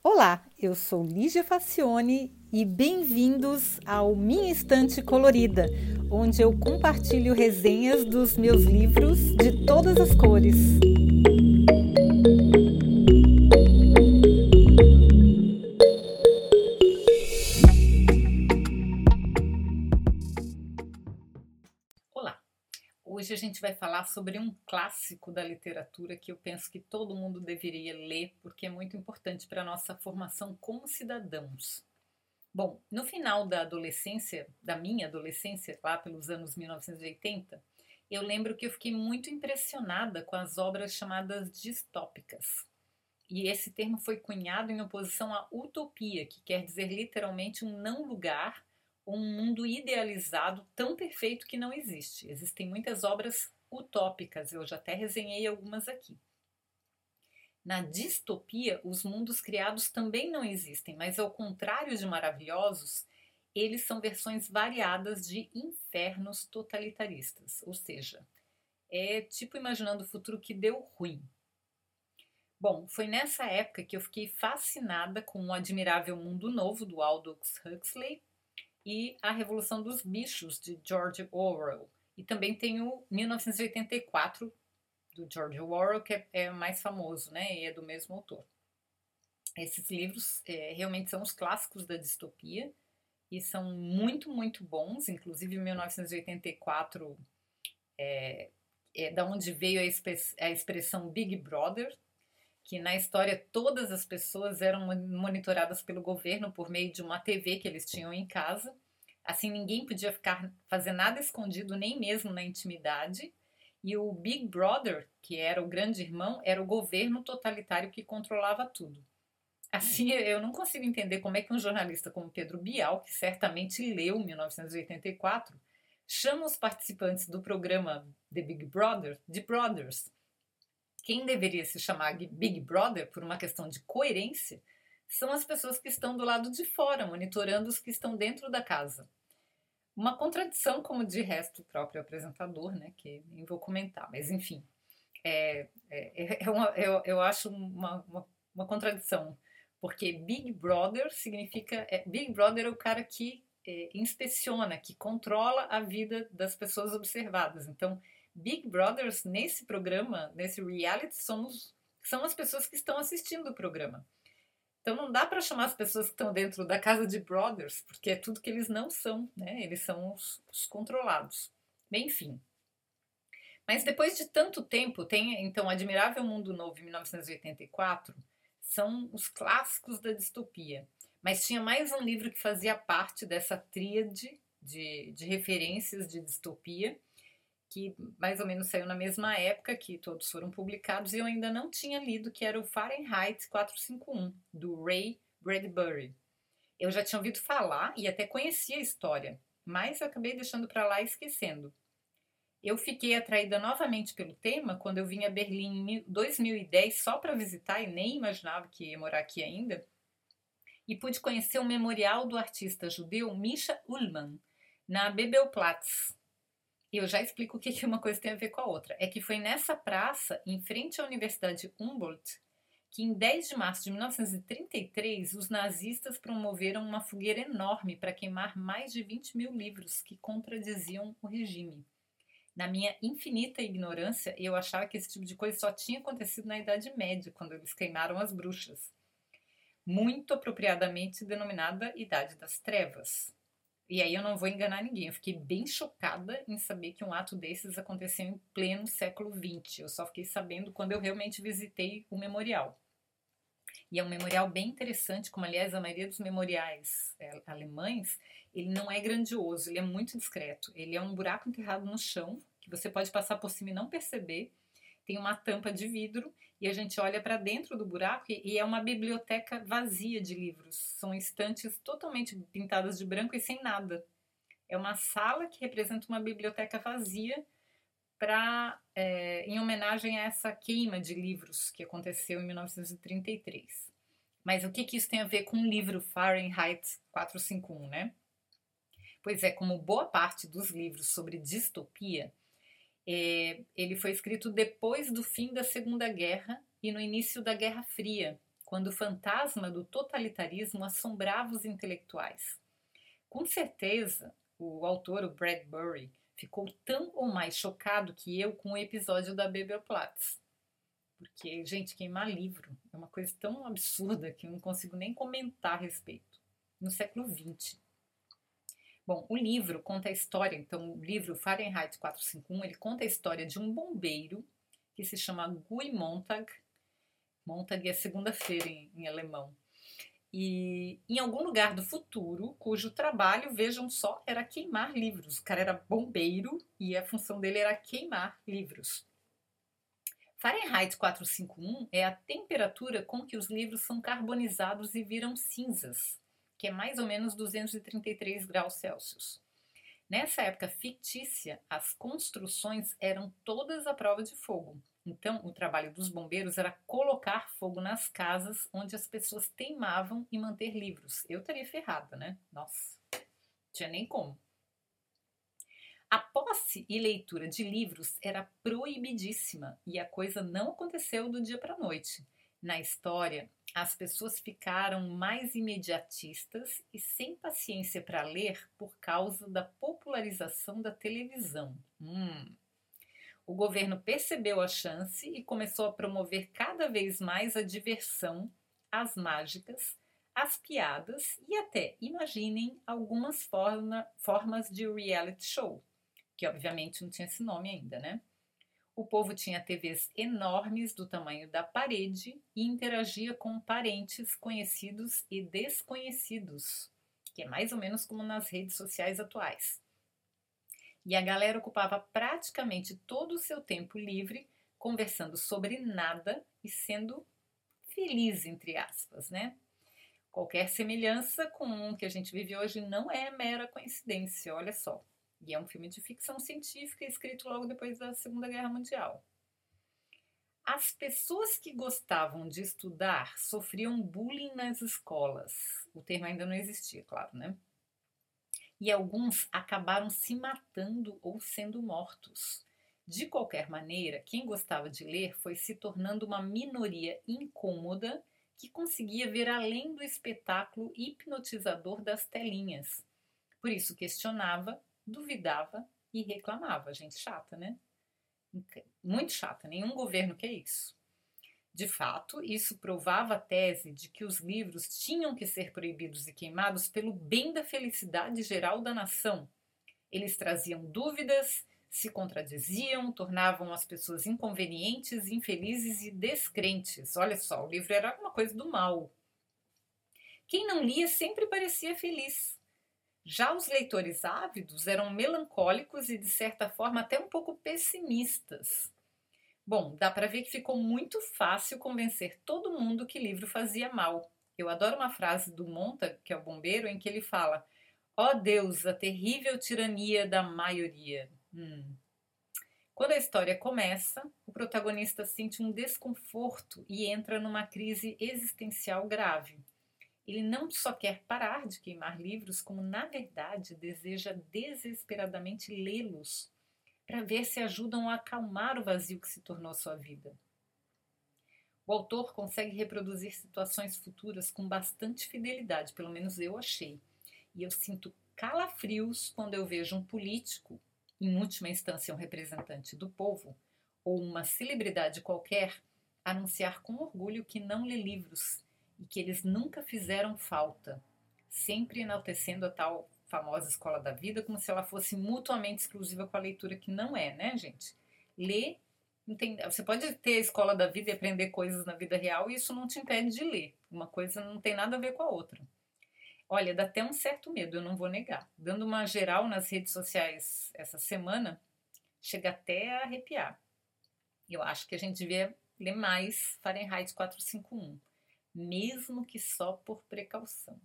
Olá, eu sou Lígia Facione e bem-vindos ao Minha Estante Colorida, onde eu compartilho resenhas dos meus livros de todas as cores. Olá, hoje a gente vai falar sobre um clássico da literatura que eu penso que todo mundo deveria ler porque é muito importante para a nossa formação como cidadãos. Bom, no final da adolescência, da minha adolescência, lá pelos anos 1980, eu lembro que eu fiquei muito impressionada com as obras chamadas distópicas. E esse termo foi cunhado em oposição à utopia, que quer dizer literalmente um não lugar ou um mundo idealizado tão perfeito que não existe. Existem muitas obras utópicas, eu já até resenhei algumas aqui. Na distopia, os mundos criados também não existem, mas ao contrário de maravilhosos, eles são versões variadas de infernos totalitaristas. Ou seja, é tipo imaginando o futuro que deu ruim. Bom, foi nessa época que eu fiquei fascinada com O Admirável Mundo Novo, do Aldous Huxley, e A Revolução dos Bichos, de George Orwell. E também tem o 1984, do George Orwell, que é mais famoso, né? E é do mesmo autor. Esses livros realmente são os clássicos da distopia e são muito, muito bons. Inclusive, 1984 é da onde veio a expressão Big Brother, que na história todas as pessoas eram monitoradas pelo governo por meio de uma TV que eles tinham em casa. Assim, ninguém podia fazer nada escondido, nem mesmo na intimidade. E o Big Brother, que era o grande irmão, era o governo totalitário que controlava tudo. Assim, eu não consigo entender como é que um jornalista como Pedro Bial, que certamente leu 1984, chama os participantes do programa The Big Brother de Brothers. Quem deveria se chamar Big Brother por uma questão de coerência são as pessoas que estão do lado de fora, monitorando os que estão dentro da casa. Uma contradição, como de resto o próprio apresentador, né, que nem vou comentar, mas enfim, eu acho uma contradição, porque Big Brother significa. Big Brother é o cara que inspeciona, que controla a vida das pessoas observadas. Então, Big Brothers, nesse programa, nesse reality, são as pessoas que estão assistindo o programa. Então não dá para chamar as pessoas que estão dentro da casa de brothers, porque é tudo que eles não são, né? Eles são os controlados. Bem, enfim. Mas depois de tanto tempo, tem então Admirável Mundo Novo, em 1984, são os clássicos da distopia. Mas tinha mais um livro que fazia parte dessa tríade de referências de distopia, que mais ou menos saiu na mesma época, que todos foram publicados, e eu ainda não tinha lido, que era o Fahrenheit 451, do Ray Bradbury. Eu já tinha ouvido falar e até conhecia a história, mas eu acabei deixando para lá e esquecendo. Eu fiquei atraída novamente pelo tema quando eu vim a Berlim em 2010 só para visitar e nem imaginava que ia morar aqui ainda, e pude conhecer o memorial do artista judeu Misha Ullmann, na Bebelplatz. E eu já explico o que uma coisa tem a ver com a outra. É que foi nessa praça, em frente à Universidade Humboldt, que em 10 de março de 1933, os nazistas promoveram uma fogueira enorme para queimar mais de 20 mil livros que contradiziam o regime. Na minha infinita ignorância, eu achava que esse tipo de coisa só tinha acontecido na Idade Média, quando eles queimaram as bruxas, muito apropriadamente denominada Idade das Trevas. E aí eu não vou enganar ninguém, eu fiquei bem chocada em saber que um ato desses aconteceu em pleno século XX. Eu só fiquei sabendo quando eu realmente visitei o memorial. E é um memorial bem interessante, como aliás a maioria dos memoriais alemães, ele não é grandioso, ele é muito discreto. Ele é um buraco enterrado no chão, que você pode passar por cima e não perceber. Tem uma tampa de vidro e a gente olha para dentro do buraco e é uma biblioteca vazia de livros. São estantes totalmente pintadas de branco e sem nada. É uma sala que representa uma biblioteca vazia em homenagem a essa queima de livros que aconteceu em 1933. Mas o que isso tem a ver com o livro Fahrenheit 451, né? Pois é, como boa parte dos livros sobre distopia, ele foi escrito depois do fim da Segunda Guerra e no início da Guerra Fria. quando o fantasma do totalitarismo assombrava os intelectuais. Com certeza, o autor, o Bradbury, ficou tão ou mais chocado que eu com o episódio da Bebelplatz. Porque, gente, queimar livro é uma coisa tão absurda que eu não consigo nem comentar a respeito. No século XX. Bom, o livro conta a história, então o livro Fahrenheit 451, ele conta a história de um bombeiro que se chama Guy Montag. Montag é segunda-feira em alemão. E em algum lugar do futuro, cujo trabalho, vejam só, era queimar livros. O cara era bombeiro e a função dele era queimar livros. Fahrenheit 451 é a temperatura com que os livros são carbonizados e viram cinzas, que é mais ou menos 233 graus Celsius. Nessa época fictícia, as construções eram todas à prova de fogo. Então, o trabalho dos bombeiros era colocar fogo nas casas onde as pessoas teimavam em manter livros. Eu estaria ferrada, né? Nossa, não tinha nem como. A posse e leitura de livros era proibidíssima e a coisa não aconteceu do dia para a noite. Na história, as pessoas ficaram mais imediatistas e sem paciência para ler por causa da popularização da televisão. O governo percebeu a chance e começou a promover cada vez mais a diversão, as mágicas, as piadas e até, imaginem, algumas formas de reality show, que obviamente não tinha esse nome ainda, né? O povo tinha TVs enormes do tamanho da parede e interagia com parentes conhecidos e desconhecidos, que é mais ou menos como nas redes sociais atuais. E a galera ocupava praticamente todo o seu tempo livre conversando sobre nada e sendo feliz, entre aspas, né? Qualquer semelhança com o que a gente vive hoje não é mera coincidência, olha só. E é um filme de ficção científica escrito logo depois da Segunda Guerra Mundial. As pessoas que gostavam de estudar sofriam bullying nas escolas. O termo ainda não existia, claro, né? E alguns acabaram se matando ou sendo mortos. De qualquer maneira, quem gostava de ler foi se tornando uma minoria incômoda que conseguia ver além do espetáculo hipnotizador das telinhas. Por isso questionava, duvidava e reclamava. Gente chata, né? Muito chata, nenhum governo quer isso. De fato, isso provava a tese de que os livros tinham que ser proibidos e queimados pelo bem da felicidade geral da nação. Eles traziam dúvidas, se contradiziam, tornavam as pessoas inconvenientes, infelizes e descrentes. Olha só, o livro era alguma coisa do mal. Quem não lia sempre parecia feliz. Já os leitores ávidos eram melancólicos e, de certa forma, até um pouco pessimistas. Bom, dá para ver que ficou muito fácil convencer todo mundo que livro fazia mal. Eu adoro uma frase do Montag, que é o bombeiro, em que ele fala: "Ó Deus, a terrível tirania da maioria." Quando a história começa, o protagonista sente um desconforto e entra numa crise existencial grave. Ele não só quer parar de queimar livros, como na verdade deseja desesperadamente lê-los para ver se ajudam a acalmar o vazio que se tornou sua vida. O autor consegue reproduzir situações futuras com bastante fidelidade, pelo menos eu achei. E eu sinto calafrios quando eu vejo um político, em última instância um representante do povo, ou uma celebridade qualquer, anunciar com orgulho que não lê livros e que eles nunca fizeram falta, sempre enaltecendo a tal famosa escola da vida como se ela fosse mutuamente exclusiva com a leitura, que não é, né, gente? Ler, você pode ter a escola da vida e aprender coisas na vida real e isso não te impede de ler. Uma coisa não tem nada a ver com a outra. Olha, dá até um certo medo, eu não vou negar. Dando uma geral nas redes sociais essa semana, chega até a arrepiar. Eu acho que a gente devia ler mais Fahrenheit 451, mesmo que só por precaução.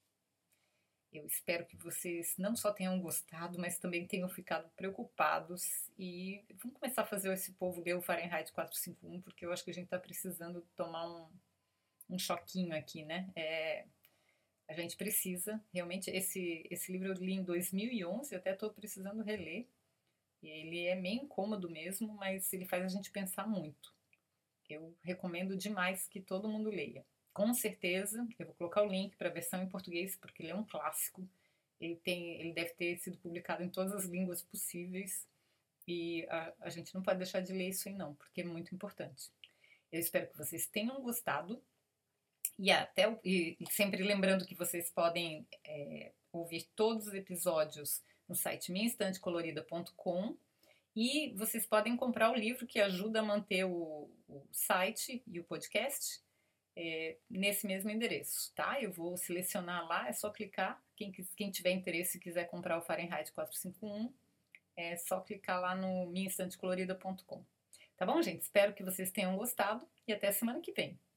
Eu espero que vocês não só tenham gostado, mas também tenham ficado preocupados e vamos começar a fazer esse povo ler o Fahrenheit 451, porque eu acho que a gente está precisando tomar um choquinho aqui, né? A gente precisa, realmente, esse livro eu li em 2011, até estou precisando reler. Ele é meio incômodo mesmo, mas ele faz a gente pensar muito. Eu recomendo demais que todo mundo leia. com certeza, eu vou colocar o link para a versão em português, porque ele é um clássico. Ele deve ter sido publicado em todas as línguas possíveis. E a gente não pode deixar de ler isso aí não, porque é muito importante. Eu espero que vocês tenham gostado. E sempre lembrando que vocês podem ouvir todos os episódios no site minhaestantecolorida.com e vocês podem comprar o livro que ajuda a manter o site e o podcast nesse mesmo endereço, tá? Eu vou selecionar lá, é só clicar. Quem tiver interesse e quiser comprar o Fahrenheit 451, é só clicar lá no minhaestantecolorida.com. Tá bom, gente? Espero que vocês tenham gostado e até semana que vem.